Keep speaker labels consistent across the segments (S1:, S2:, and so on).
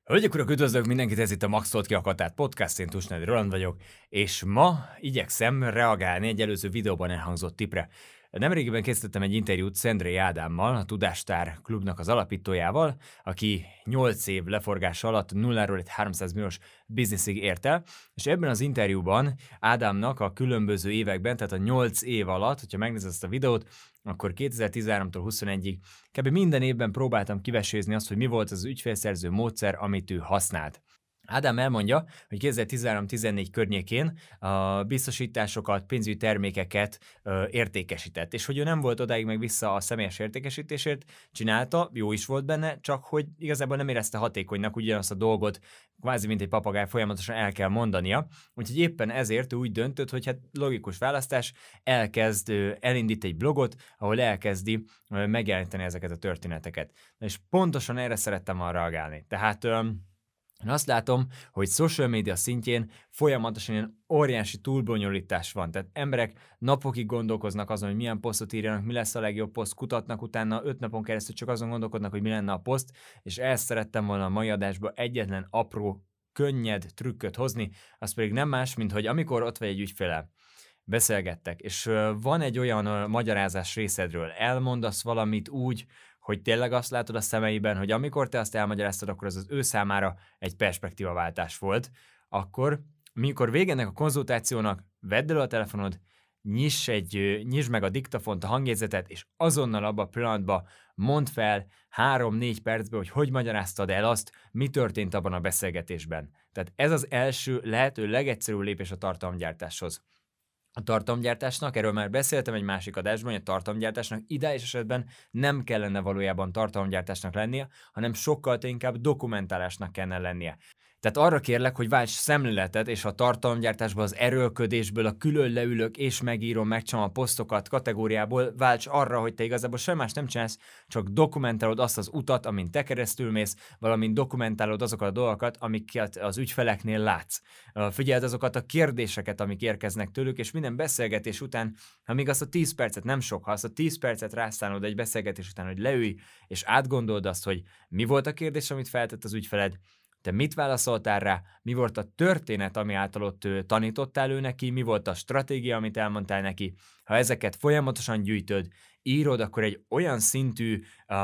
S1: Hölgyek, urak, üdvözlök mindenkit, ez itt a Maxolt ki a Katát Podcast, én Tusnádi Roland vagyok, és ma igyekszem reagálni egy előző videóban elhangzott tippre. Nemrégiben készítettem egy interjút Szendrei Ádámmal, a Tudástár klubnak az alapítójával, aki 8 év leforgása alatt nulláról egy 300 milliós bizniszig ért el, és ebben az interjúban Ádámnak a különböző években, tehát a 8 év alatt, hogyha megnézed ezt a videót, akkor 2013-tól 21-ig kb. Minden évben próbáltam kivesézni azt, hogy mi volt az ügyfélszerző módszer, amit ő használt. Ádám elmondja, hogy 2013-14 környékén a biztosításokat, pénzügyi termékeket értékesített, és hogy ő nem volt odáig meg vissza a személyes értékesítésért, csinálta, jó is volt benne, csak hogy igazából nem érezte hatékonynak ugyanazt a dolgot, kvázi mint egy papagáj folyamatosan el kell mondania, úgyhogy éppen ezért ő úgy döntött, hogy hát logikus választás, elindít egy blogot, ahol elkezdi megjeleníteni ezeket a történeteket. És pontosan erre szerettem arra reagálni. Tehát én azt látom, hogy social media szintjén folyamatosan ilyen óriási túlbonyolítás van. Tehát emberek napokig gondolkoznak azon, hogy milyen posztot írjanak, mi lesz a legjobb poszt, kutatnak utána 5 napon keresztül csak azon gondolkodnak, hogy mi lenne a poszt, és ezt szerettem volna a mai adásba egyetlen apró, könnyed trükköt hozni, az pedig nem más, mint hogy amikor ott vagy egy ügyféllel, beszélgettek, és van egy olyan magyarázás részedről, elmondasz valamit úgy, hogy tényleg azt látod a szemeiben, hogy amikor te azt elmagyaráztad, akkor az ő számára egy perspektívaváltás volt, akkor, mikor vége ennek a konzultációnak, vedd elő a telefonod, nyisd meg a diktafont, a hangjegyzetet, és azonnal abban a pillanatban mondd fel 3-4 percben, hogy magyaráztad el azt, mi történt abban a beszélgetésben. Tehát ez az első, lehető legegyszerűbb lépés a tartalomgyártáshoz. A tartalomgyártásnak, erről már beszéltem egy másik adásban, hogy a tartalomgyártásnak ideális esetben nem kellene valójában tartalomgyártásnak lennie, hanem sokkal inkább dokumentálásnak kellene lennie. Tehát arra kérlek, hogy válts szemléletet, és a tartalomgyártásból, az erőlködésből, a külön leülök és megírom, megcsinálom a posztokat kategóriából, válts arra, hogy te igazából semmi más nem csinálsz, csak dokumentálod azt az utat, amin te keresztül mész, valamint dokumentálod azokat a dolgokat, amiket az ügyfeleknél látsz. Figyeld azokat a kérdéseket, amik érkeznek tőlük, és minden beszélgetés után, ha még azt a 10 percet nem sok, ha azt a 10 percet rászánod egy beszélgetés után, hogy leülj, és átgondold azt, hogy mi volt a kérdés, amit feltett az ügyfeled, te mit válaszoltál rá, mi volt a történet, ami által ott tanítottál ő neki, mi volt a stratégia, amit elmondtál neki. Ha ezeket folyamatosan gyűjtöd, írod, akkor egy olyan szintű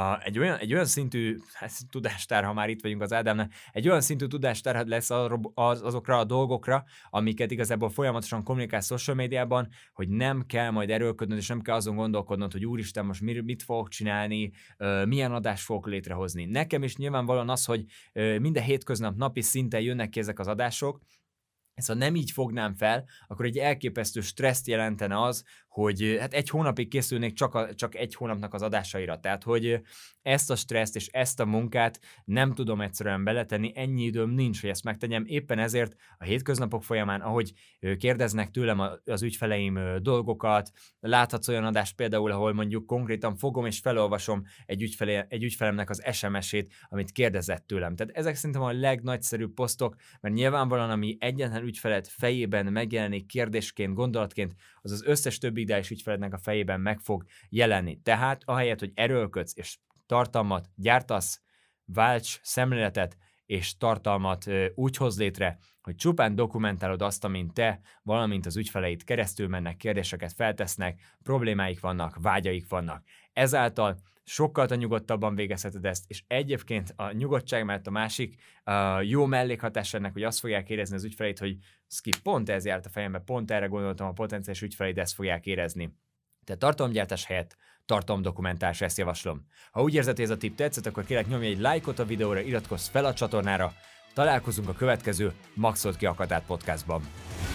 S1: tudástár, ha már itt vagyunk az Ádámnál, egy olyan szintű tudástár lesz azokra a dolgokra, amiket igazából folyamatosan kommunikálsz social médiában, hogy nem kell majd erőlködnöd, és nem kell azon gondolkodnod, hogy úristen, most mit fogok csinálni, milyen adást fogok létrehozni. Nekem is nyilvánvalóan az, hogy minden hétköznap napi szinten jönnek ki ezek az adások, és ha nem így fognám fel, akkor egy elképesztő stresszt jelentene az, hogy hát egy hónapig készülnék csak egy hónapnak az adásaira. Tehát, hogy ezt a stresszt és ezt a munkát nem tudom egyszerűen beletenni, ennyi időm nincs, hogy ezt megtegyem. Éppen ezért a hétköznapok folyamán, ahogy kérdeznek tőlem az ügyfeleim dolgokat, láthatsz olyan adást például, ahol mondjuk konkrétan fogom és felolvasom egy ügyfelemnek az SMS-ét, amit kérdezett tőlem. Tehát ezek szerintem a legnagyszerűbb posztok, mert nyilvánvalóan, ami egyetlen ügyfeled fejében megjelenik kérdésként, gondolatként, az az összes többi ideális ügyfelednek a fejében meg fog jelenni. Tehát ahelyett, hogy erőlködsz és tartalmat gyártasz, válts szemléletet és tartalmat úgy hoz létre, hogy csupán dokumentálod azt, amint te, valamint az ügyfeleid keresztül mennek, kérdéseket feltesznek, problémáik vannak, vágyaik vannak. Ezáltal sokkal nyugodtabban végezheted ezt, és egyébként a nyugodtság mellett a másik jó mellékhatás ennek, hogy azt fogják érezni az ügyfeleid, hogy pont ez járt a fejembe, pont erre gondoltam, a potenciális ügyfeleid ezt fogják érezni. Tehát tartalomgyártás helyett tartalomdokumentálás, ezt javaslom. Ha úgy érzed, hogy ez a tipp tetszett, akkor kérlek nyomj egy lájkot a videóra, iratkozz fel a csatornára, találkozunk a következő Maxolt ki a Katát podcastban.